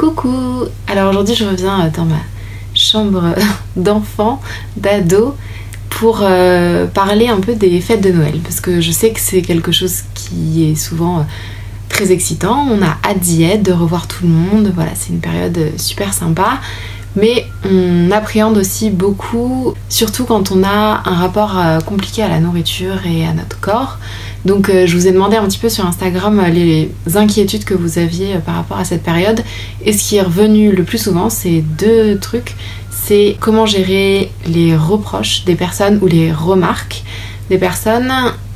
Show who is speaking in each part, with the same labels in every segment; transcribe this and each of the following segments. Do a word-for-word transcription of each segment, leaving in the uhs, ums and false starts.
Speaker 1: Coucou! Alors aujourd'hui je reviens dans ma chambre d'enfant, d'ado, pour euh, parler un peu des fêtes de Noël, parce que je sais que c'est quelque chose qui est souvent euh, très excitant, on a hâte d'y être, de revoir tout le monde, voilà, c'est une période super sympa, mais on appréhende aussi beaucoup, surtout quand on a un rapport euh, compliqué à la nourriture et à notre corps. Donc euh, je vous ai demandé un petit peu sur Instagram euh, les inquiétudes que vous aviez euh, par rapport à cette période, et ce qui est revenu le plus souvent, c'est deux trucs. C'est comment gérer les reproches des personnes ou les remarques des personnes,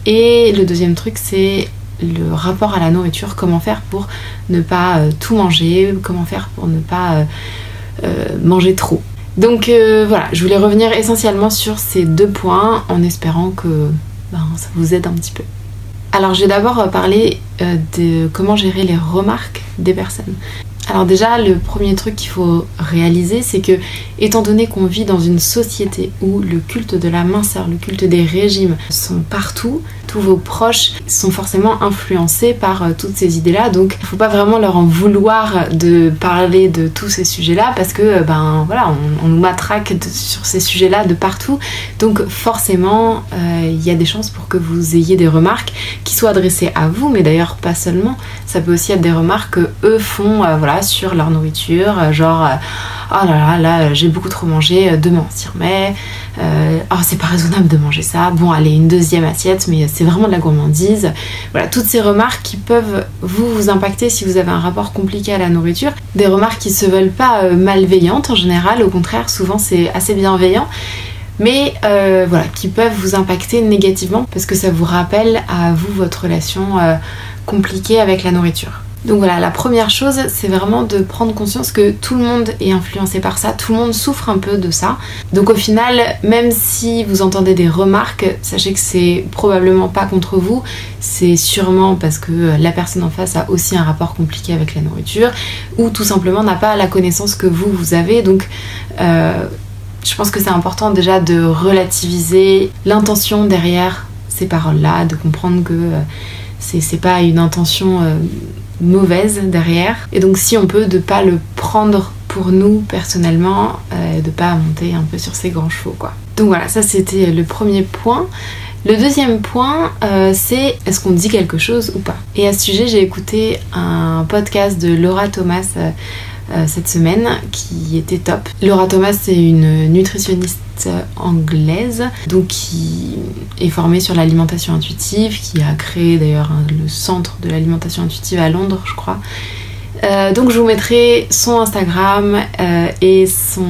Speaker 1: et le deuxième truc c'est le rapport à la nourriture, comment faire pour ne pas euh, tout manger, comment faire pour ne pas euh, euh, manger trop. Donc euh, voilà, je voulais revenir essentiellement sur ces deux points en espérant que ben, ça vous aide un petit peu. Alors je vais d'abord parler euh, de comment gérer les remarques des personnes. Alors déjà, le premier truc qu'il faut réaliser, c'est que étant donné qu'on vit dans une société où le culte de la minceur, le culte des régimes sont partout, tous vos proches sont forcément influencés par euh, toutes ces idées-là, donc il ne faut pas vraiment leur en vouloir de parler de tous ces sujets-là, parce que ben voilà, on, on nous matraque de, sur ces sujets-là de partout, donc forcément il euh, y a des chances pour que vous ayez des remarques qui soient adressées à vous, mais d'ailleurs pas seulement, ça peut aussi être des remarques que eux font euh, voilà, sur leur nourriture, euh, genre euh, oh là là, là j'ai beaucoup trop mangé, demain on s'y remet, euh, oh c'est pas raisonnable de manger ça, bon allez une deuxième assiette, mais c'est vraiment de la gourmandise. Voilà, toutes ces remarques qui peuvent vous, vous impacter si vous avez un rapport compliqué à la nourriture, des remarques qui se veulent pas euh, malveillantes en général, au contraire souvent c'est assez bienveillant, mais euh, voilà, qui peuvent vous impacter négativement parce que ça vous rappelle à vous votre relation euh, compliquée avec la nourriture. Donc voilà, la première chose, c'est vraiment de prendre conscience que tout le monde est influencé par ça, tout le monde souffre un peu de ça. Donc au final, même si vous entendez des remarques, sachez que c'est probablement pas contre vous, c'est sûrement parce que la personne en face a aussi un rapport compliqué avec la nourriture, ou tout simplement n'a pas la connaissance que vous, vous avez. Donc euh, je pense que c'est important déjà de relativiser l'intention derrière ces paroles-là, de comprendre que euh, c'est, c'est pas une intention... Euh, mauvaise derrière, et donc si on peut de pas le prendre pour nous personnellement, euh, de pas monter un peu sur ses grands chevaux quoi. Donc voilà, ça c'était le premier point. Le deuxième point, euh, c'est est-ce qu'on dit quelque chose ou pas. Et à ce sujet, j'ai écouté un podcast de Laura Thomas euh, euh, cette semaine qui était top. Laura Thomas, c'est une nutritionniste anglaise, donc qui est formée sur l'alimentation intuitive, qui a créé d'ailleurs le centre de l'alimentation intuitive à Londres, je crois. Euh, donc je vous mettrai son Instagram euh, et son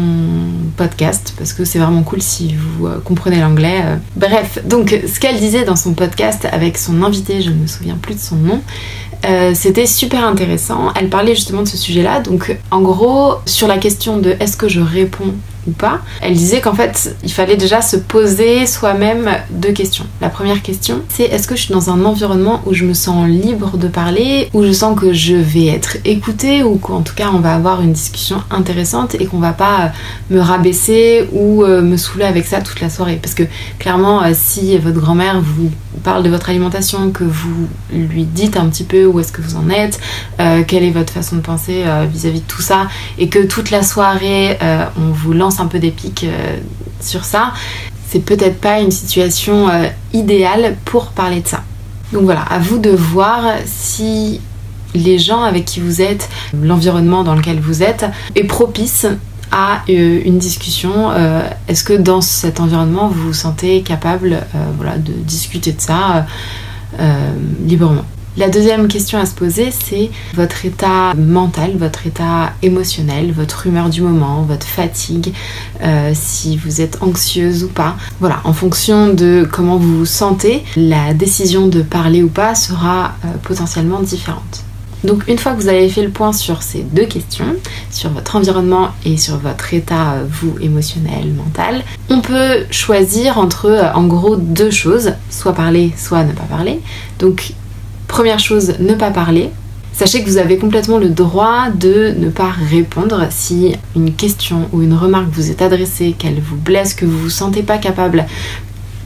Speaker 1: podcast parce que c'est vraiment cool si vous euh, comprenez l'anglais. Euh. Bref, donc ce qu'elle disait dans son podcast avec son invité, je ne me souviens plus de son nom, euh, c'était super intéressant. Elle parlait justement de ce sujet-là. Donc en gros, sur la question de est-ce que je réponds ou pas, elle disait qu'en fait il fallait déjà se poser soi-même deux questions. La première question, c'est est-ce que je suis dans un environnement où je me sens libre de parler, où je sens que je vais être écoutée, ou qu'en tout cas on va avoir une discussion intéressante et qu'on va pas me rabaisser ou me saouler avec ça toute la soirée. Parce que clairement si votre grand-mère vous parle de votre alimentation, que vous lui dites un petit peu où est-ce que vous en êtes, euh, quelle est votre façon de penser euh, vis-à-vis de tout ça, et que toute la soirée euh, on vous lance un peu des pics euh, sur ça, c'est peut-être pas une situation euh, idéale pour parler de ça. Donc voilà, à vous de voir si les gens avec qui vous êtes, l'environnement dans lequel vous êtes, est propice à euh, une discussion. Euh, est-ce que dans cet environnement vous vous sentez capable euh, voilà, de discuter de ça euh, librement. La deuxième question à se poser, c'est votre état mental, votre état émotionnel, votre humeur du moment, votre fatigue, euh, si vous êtes anxieuse ou pas. Voilà, en fonction de comment vous vous sentez, la décision de parler ou pas sera euh, potentiellement différente. Donc une fois que vous avez fait le point sur ces deux questions, sur votre environnement et sur votre état, vous, émotionnel, mental, on peut choisir entre, en gros, deux choses, soit parler, soit ne pas parler. Donc première chose, ne pas parler. Sachez que vous avez complètement le droit de ne pas répondre si une question ou une remarque vous est adressée, qu'elle vous blesse, que vous vous sentez pas capable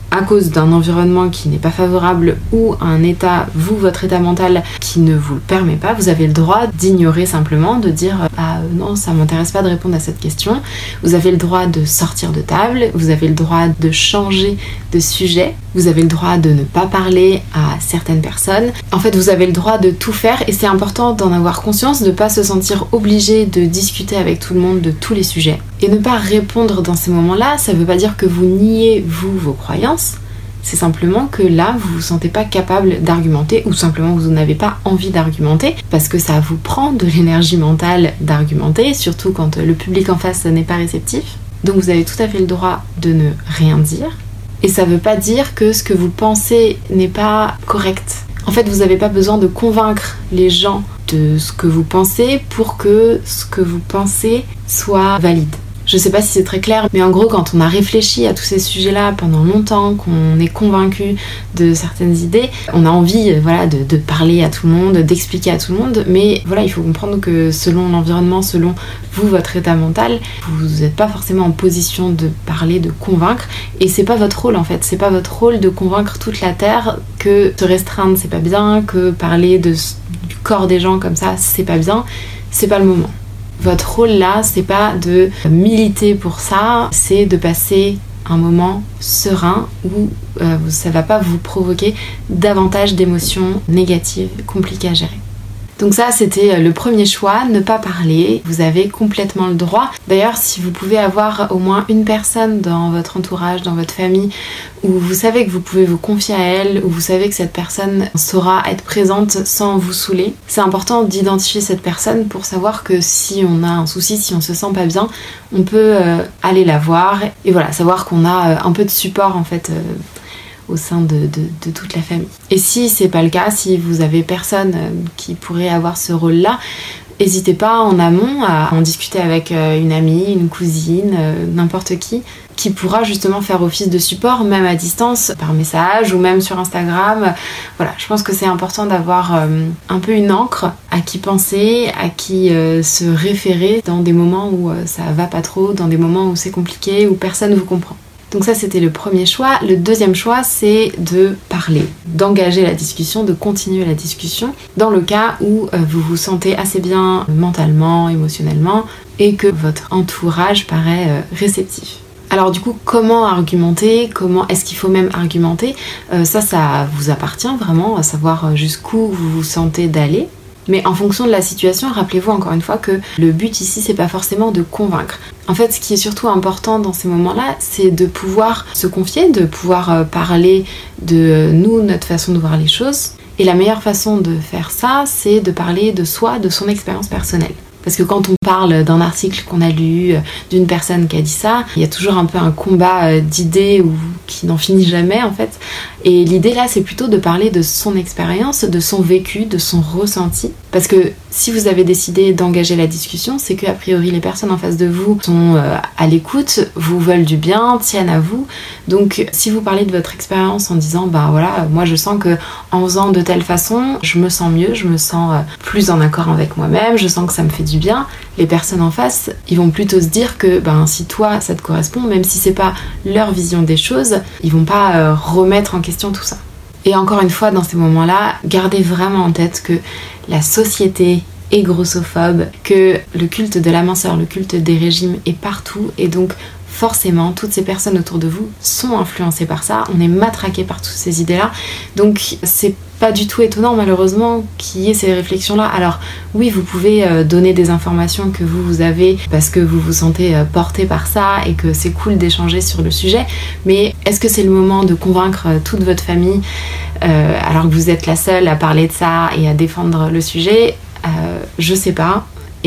Speaker 1: à cause d'un environnement qui n'est pas favorable ou un état, vous, votre état mental qui ne vous le permet pas, vous avez le droit d'ignorer simplement, de dire « Ah non, ça m'intéresse pas de répondre à cette question ». Vous avez le droit de sortir de table, vous avez le droit de changer de sujet, vous avez le droit de ne pas parler à certaines personnes. En fait, vous avez le droit de tout faire et c'est important d'en avoir conscience, de ne pas se sentir obligé de discuter avec tout le monde de tous les sujets. Et ne pas répondre dans ces moments-là, ça ne veut pas dire que vous niez, vous, vos croyances. C'est simplement que là, vous vous sentez pas capable d'argumenter ou simplement vous n'avez pas envie d'argumenter parce que ça vous prend de l'énergie mentale d'argumenter, surtout quand le public en face n'est pas réceptif. Donc vous avez tout à fait le droit de ne rien dire. Et ça veut pas dire que ce que vous pensez n'est pas correct. En fait, vous n'avez pas besoin de convaincre les gens de ce que vous pensez pour que ce que vous pensez soit valide. Je sais pas si c'est très clair, mais en gros, quand on a réfléchi à tous ces sujets-là pendant longtemps, qu'on est convaincu de certaines idées, on a envie voilà, de, de parler à tout le monde, d'expliquer à tout le monde, mais voilà, il faut comprendre que selon l'environnement, selon vous, votre état mental, vous n'êtes pas forcément en position de parler, de convaincre, et c'est pas votre rôle en fait, c'est pas votre rôle de convaincre toute la Terre que se restreindre c'est pas bien, que parler de, du corps des gens comme ça c'est pas bien, c'est pas le moment. Votre rôle là, c'est pas de militer pour ça, c'est de passer un moment serein où euh, ça va pas vous provoquer davantage d'émotions négatives, compliquées à gérer. Donc ça, c'était le premier choix, ne pas parler. Vous avez complètement le droit. D'ailleurs, si vous pouvez avoir au moins une personne dans votre entourage, dans votre famille, où vous savez que vous pouvez vous confier à elle, où vous savez que cette personne saura être présente sans vous saouler, c'est important d'identifier cette personne pour savoir que si on a un souci, si on se sent pas bien, on peut euh, aller la voir et voilà, savoir qu'on a euh, un peu de support en fait euh, au sein de, de, de toute la famille. Et si c'est pas le cas, si vous avez personne qui pourrait avoir ce rôle-là, n'hésitez pas en amont à en discuter avec une amie, une cousine, n'importe qui, qui pourra justement faire office de support, même à distance, par message ou même sur Instagram. Voilà, je pense que c'est important d'avoir un peu une encre à qui penser, à qui se référer dans des moments où ça va pas trop, dans des moments où c'est compliqué, où personne vous comprend. Donc ça, c'était le premier choix. Le deuxième choix, c'est de parler, d'engager la discussion, de continuer la discussion dans le cas où euh, vous vous sentez assez bien mentalement, émotionnellement et que votre entourage paraît euh, réceptif. Alors du coup, comment argumenter? Comment est-ce qu'il faut même argumenter? euh, Ça, ça vous appartient vraiment, à savoir jusqu'où vous vous sentez d'aller. Mais en fonction de la situation, rappelez-vous encore une fois que le but ici, c'est pas forcément de convaincre. En fait, ce qui est surtout important dans ces moments-là, c'est de pouvoir se confier, de pouvoir parler de nous, notre façon de voir les choses. Et la meilleure façon de faire ça, c'est de parler de soi, de son expérience personnelle. Parce que quand on parle d'un article qu'on a lu, d'une personne qui a dit ça, il y a toujours un peu un combat d'idées ou qui n'en finit jamais en fait. Et l'idée là, c'est plutôt de parler de son expérience, de son vécu, de son ressenti. Parce que si vous avez décidé d'engager la discussion, c'est qu'a priori les personnes en face de vous sont à l'écoute, vous veulent du bien, tiennent à vous. Donc si vous parlez de votre expérience en disant bah voilà, moi je sens que en faisant de telle façon, je me sens mieux, je me sens plus en accord avec moi-même, je sens que ça me fait du bien, les personnes en face, ils vont plutôt se dire que ben, si toi ça te correspond, même si c'est pas leur vision des choses, ils vont pas euh, remettre en question tout ça. Et encore une fois, dans ces moments-là, gardez vraiment en tête que la société est grossophobe, que le culte de la minceur, le culte des régimes est partout et donc forcément, toutes ces personnes autour de vous sont influencées par ça, on est matraqué par toutes ces idées-là, donc c'est pas du tout étonnant malheureusement qu'il y ait ces réflexions-là. Alors oui, vous pouvez euh, donner des informations que vous, vous avez parce que vous vous sentez euh, porté par ça et que c'est cool d'échanger sur le sujet, mais est-ce que c'est le moment de convaincre euh, toute votre famille euh, alors que vous êtes la seule à parler de ça et à défendre le sujet? euh, Je sais pas.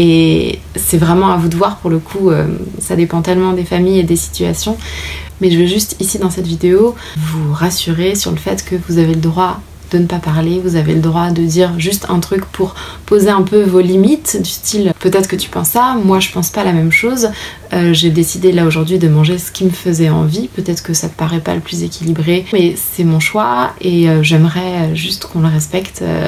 Speaker 1: Et c'est vraiment à vous de voir pour le coup, euh, ça dépend tellement des familles et des situations. Mais je veux juste ici dans cette vidéo vous rassurer sur le fait que vous avez le droit de ne pas parler, vous avez le droit de dire juste un truc pour poser un peu vos limites, du style peut-être que tu penses ça, moi je pense pas la même chose, euh, j'ai décidé là aujourd'hui de manger ce qui me faisait envie, peut-être que ça te paraît pas le plus équilibré, mais c'est mon choix et euh, j'aimerais juste qu'on le respecte. Euh,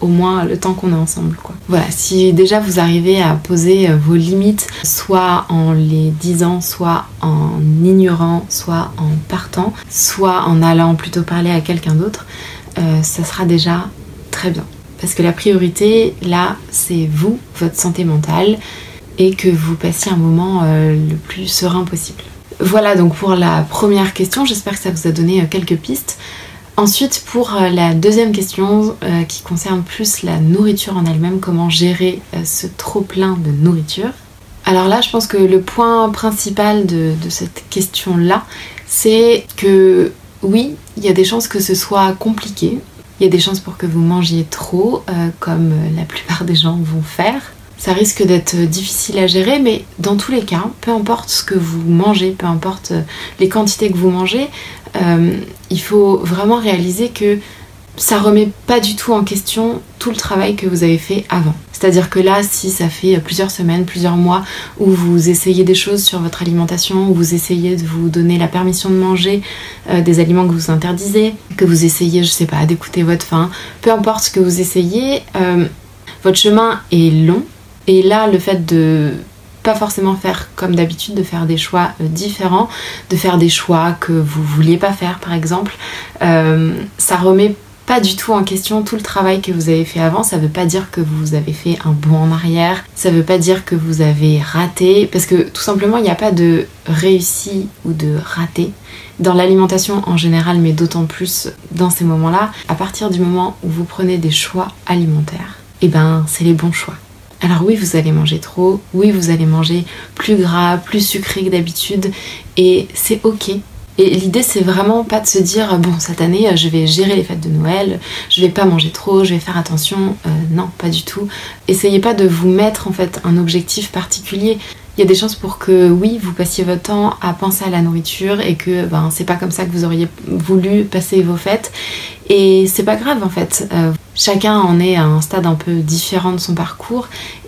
Speaker 1: au moins le temps qu'on est ensemble, quoi. Voilà, si déjà vous arrivez à poser vos limites, soit en les disant, soit en ignorant, soit en partant, soit en allant plutôt parler à quelqu'un d'autre, euh, ça sera déjà très bien. Parce que la priorité, là, c'est vous, votre santé mentale, et que vous passiez un moment euh, le plus serein possible. Voilà donc pour la première question, j'espère que ça vous a donné euh, quelques pistes. Ensuite, pour euh, la deuxième question euh, qui concerne plus la nourriture en elle-même, comment gérer euh, ce trop-plein de nourriture. Alors là, je pense que le point principal de, de cette question-là, c'est que oui, il y a des chances que ce soit compliqué. Il y a des chances pour que vous mangiez trop, euh, comme la plupart des gens vont faire. Ça risque d'être difficile à gérer, mais dans tous les cas, peu importe ce que vous mangez, peu importe les quantités que vous mangez, euh, il faut vraiment réaliser que ça remet pas du tout en question tout le travail que vous avez fait avant. C'est-à-dire que là, si ça fait plusieurs semaines, plusieurs mois où vous essayez des choses sur votre alimentation, où vous essayez de vous donner la permission de manger euh, des aliments que vous interdisez, que vous essayez, je sais pas, d'écouter votre faim, peu importe ce que vous essayez, euh, votre chemin est long. Et là, le fait de pas forcément faire comme d'habitude, de faire des choix euh, différents, de faire des choix que vous vouliez pas faire par exemple, euh, ça remet pas du tout en question tout le travail que vous avez fait avant. Ça veut pas dire que vous avez fait un bond en arrière, ça veut pas dire que vous avez raté, parce que tout simplement il n'y a pas de réussi ou de raté dans l'alimentation en général, mais d'autant plus dans ces moments-là. À partir du moment où vous prenez des choix alimentaires, et ben c'est les bons choix. Alors oui, vous allez manger trop, oui, vous allez manger plus gras, plus sucré que d'habitude, et c'est ok. Et l'idée, c'est vraiment pas de se dire, bon, cette année, je vais gérer les fêtes de Noël, je vais pas manger trop, je vais faire attention. Euh, non, pas du tout. Essayez pas de vous mettre, en fait, un objectif particulier. Il y a des chances pour que, oui, vous passiez votre temps à penser à la nourriture et que ben, c'est pas comme ça que vous auriez voulu passer vos fêtes. Et c'est pas grave, en fait. Euh, chacun en est à un stade un peu différent de son parcours.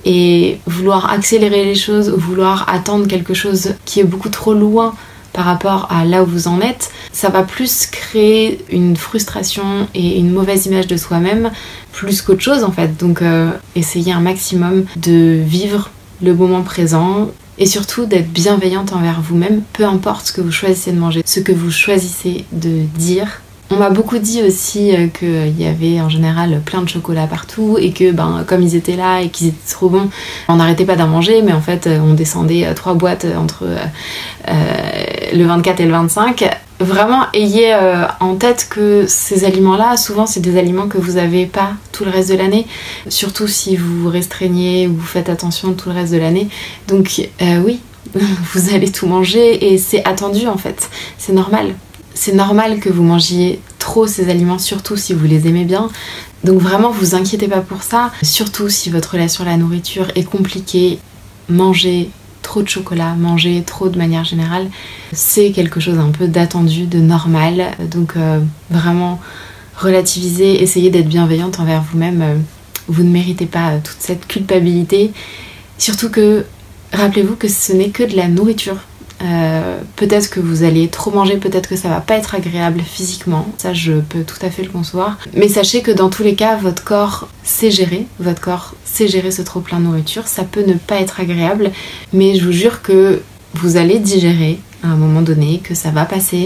Speaker 1: Et vouloir accélérer les choses, ou vouloir attendre quelque chose qui est beaucoup trop loin par rapport à là où vous en êtes, ça va plus créer une frustration et une mauvaise image de soi-même, plus qu'autre chose, en fait. Donc, euh, essayez un maximum de vivre le moment présent et surtout d'être bienveillante envers vous-même, peu importe ce que vous choisissez de manger, ce que vous choisissez de dire. On m'a beaucoup dit aussi euh, qu'il y avait en général plein de chocolat partout et que ben, comme ils étaient là et qu'ils étaient trop bons, on n'arrêtait pas d'en manger, mais en fait on descendait euh, trois boîtes entre euh, euh, le vingt-quatre et le vingt-cinq. Vraiment, ayez euh, en tête que ces aliments-là, souvent c'est des aliments que vous n'avez pas tout le reste de l'année, surtout si vous vous restreignez ou vous faites attention tout le reste de l'année. Donc euh, oui, vous allez tout manger et c'est attendu en fait, c'est normal. C'est normal que vous mangiez trop ces aliments, surtout si vous les aimez bien. Donc vraiment, vous inquiétez pas pour ça. Surtout si votre relation à la nourriture est compliquée, manger trop de chocolat, manger trop de manière générale, c'est quelque chose un peu d'attendu, de normal. Donc euh, vraiment, relativisez, essayez d'être bienveillante envers vous-même. Euh, vous ne méritez pas euh, toute cette culpabilité. Surtout que, rappelez-vous que ce n'est que de la nourriture. Euh, peut-être que vous allez trop manger, peut-être que ça va pas être agréable physiquement, ça je peux tout à fait le concevoir, mais sachez que dans tous les cas votre corps sait gérer, votre corps sait gérer ce trop plein de nourriture, ça peut ne pas être agréable, mais je vous jure que vous allez digérer à un moment donné, que ça va passer,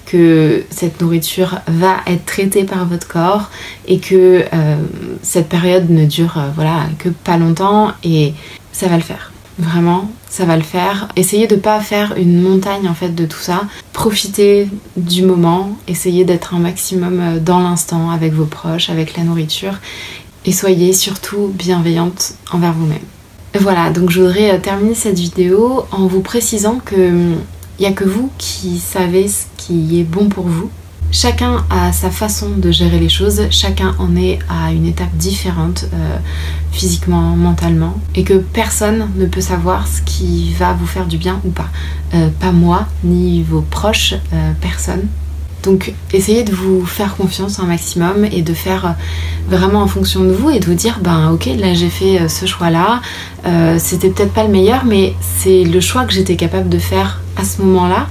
Speaker 1: que cette nourriture va être traitée par votre corps et que euh, cette période ne dure euh, voilà, que pas longtemps et ça va le faire. Vraiment, ça va le faire. Essayez de pas faire une montagne en fait de tout ça. Profitez du moment, essayez d'être un maximum dans l'instant avec vos proches, avec la nourriture et soyez surtout bienveillante envers vous-même. Voilà, donc je voudrais terminer cette vidéo en vous précisant que il n'y a que vous qui savez ce qui est bon pour vous. Chacun a sa façon de gérer les choses, chacun en est à une étape différente euh, physiquement, mentalement, et que personne ne peut savoir ce qui va vous faire du bien ou pas. Euh, pas moi, ni vos proches, euh, personne. Donc essayez de vous faire confiance un maximum et de faire vraiment en fonction de vous et de vous dire ben ok, là j'ai fait ce choix là, euh, c'était peut-être pas le meilleur mais c'est le choix que j'étais capable de faire à ce moment là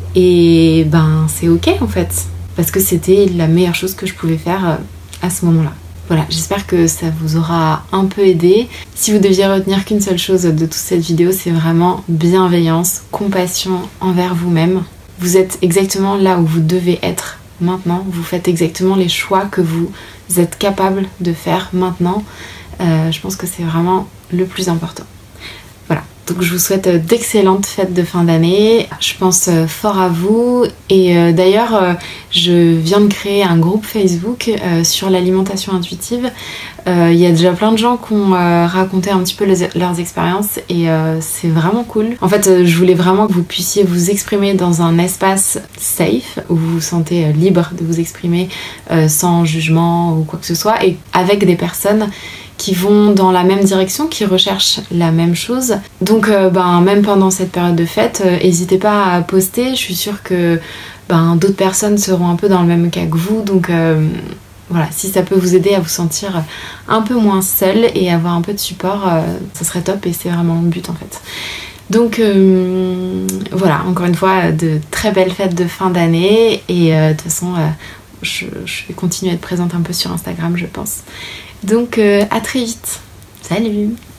Speaker 1: et ben c'est ok en fait. Parce que c'était la meilleure chose que je pouvais faire à ce moment-là. Voilà, j'espère que ça vous aura un peu aidé. Si vous deviez retenir qu'une seule chose de toute cette vidéo, c'est vraiment bienveillance, compassion envers vous-même. Vous êtes exactement là où vous devez être maintenant. Vous faites exactement les choix que vous êtes capable de faire maintenant. Euh, je pense que c'est vraiment le plus important. Voilà, donc je vous souhaite d'excellentes fêtes de fin d'année. Je pense fort à vous. Et euh, d'ailleurs, euh, je viens de créer un groupe Facebook euh, sur l'alimentation intuitive. Il euh, y a déjà plein de gens qui ont euh, raconté un petit peu les, leurs expériences et euh, c'est vraiment cool. En fait, euh, je voulais vraiment que vous puissiez vous exprimer dans un espace safe où vous vous sentez euh, libre de vous exprimer euh, sans jugement ou quoi que ce soit, et avec des personnes qui vont dans la même direction, qui recherchent la même chose. Donc euh, ben, même pendant cette période de fête, euh, n'hésitez pas à poster. Je suis sûre que ben, d'autres personnes seront un peu dans le même cas que vous. Donc euh, voilà, si ça peut vous aider à vous sentir un peu moins seul et avoir un peu de support, euh, ça serait top et c'est vraiment le but en fait. Donc euh, voilà, encore une fois, de très belles fêtes de fin d'année et euh, de toute façon, euh, je, je vais continuer à être présente un peu sur Instagram, je pense. Donc euh, à très vite. Salut!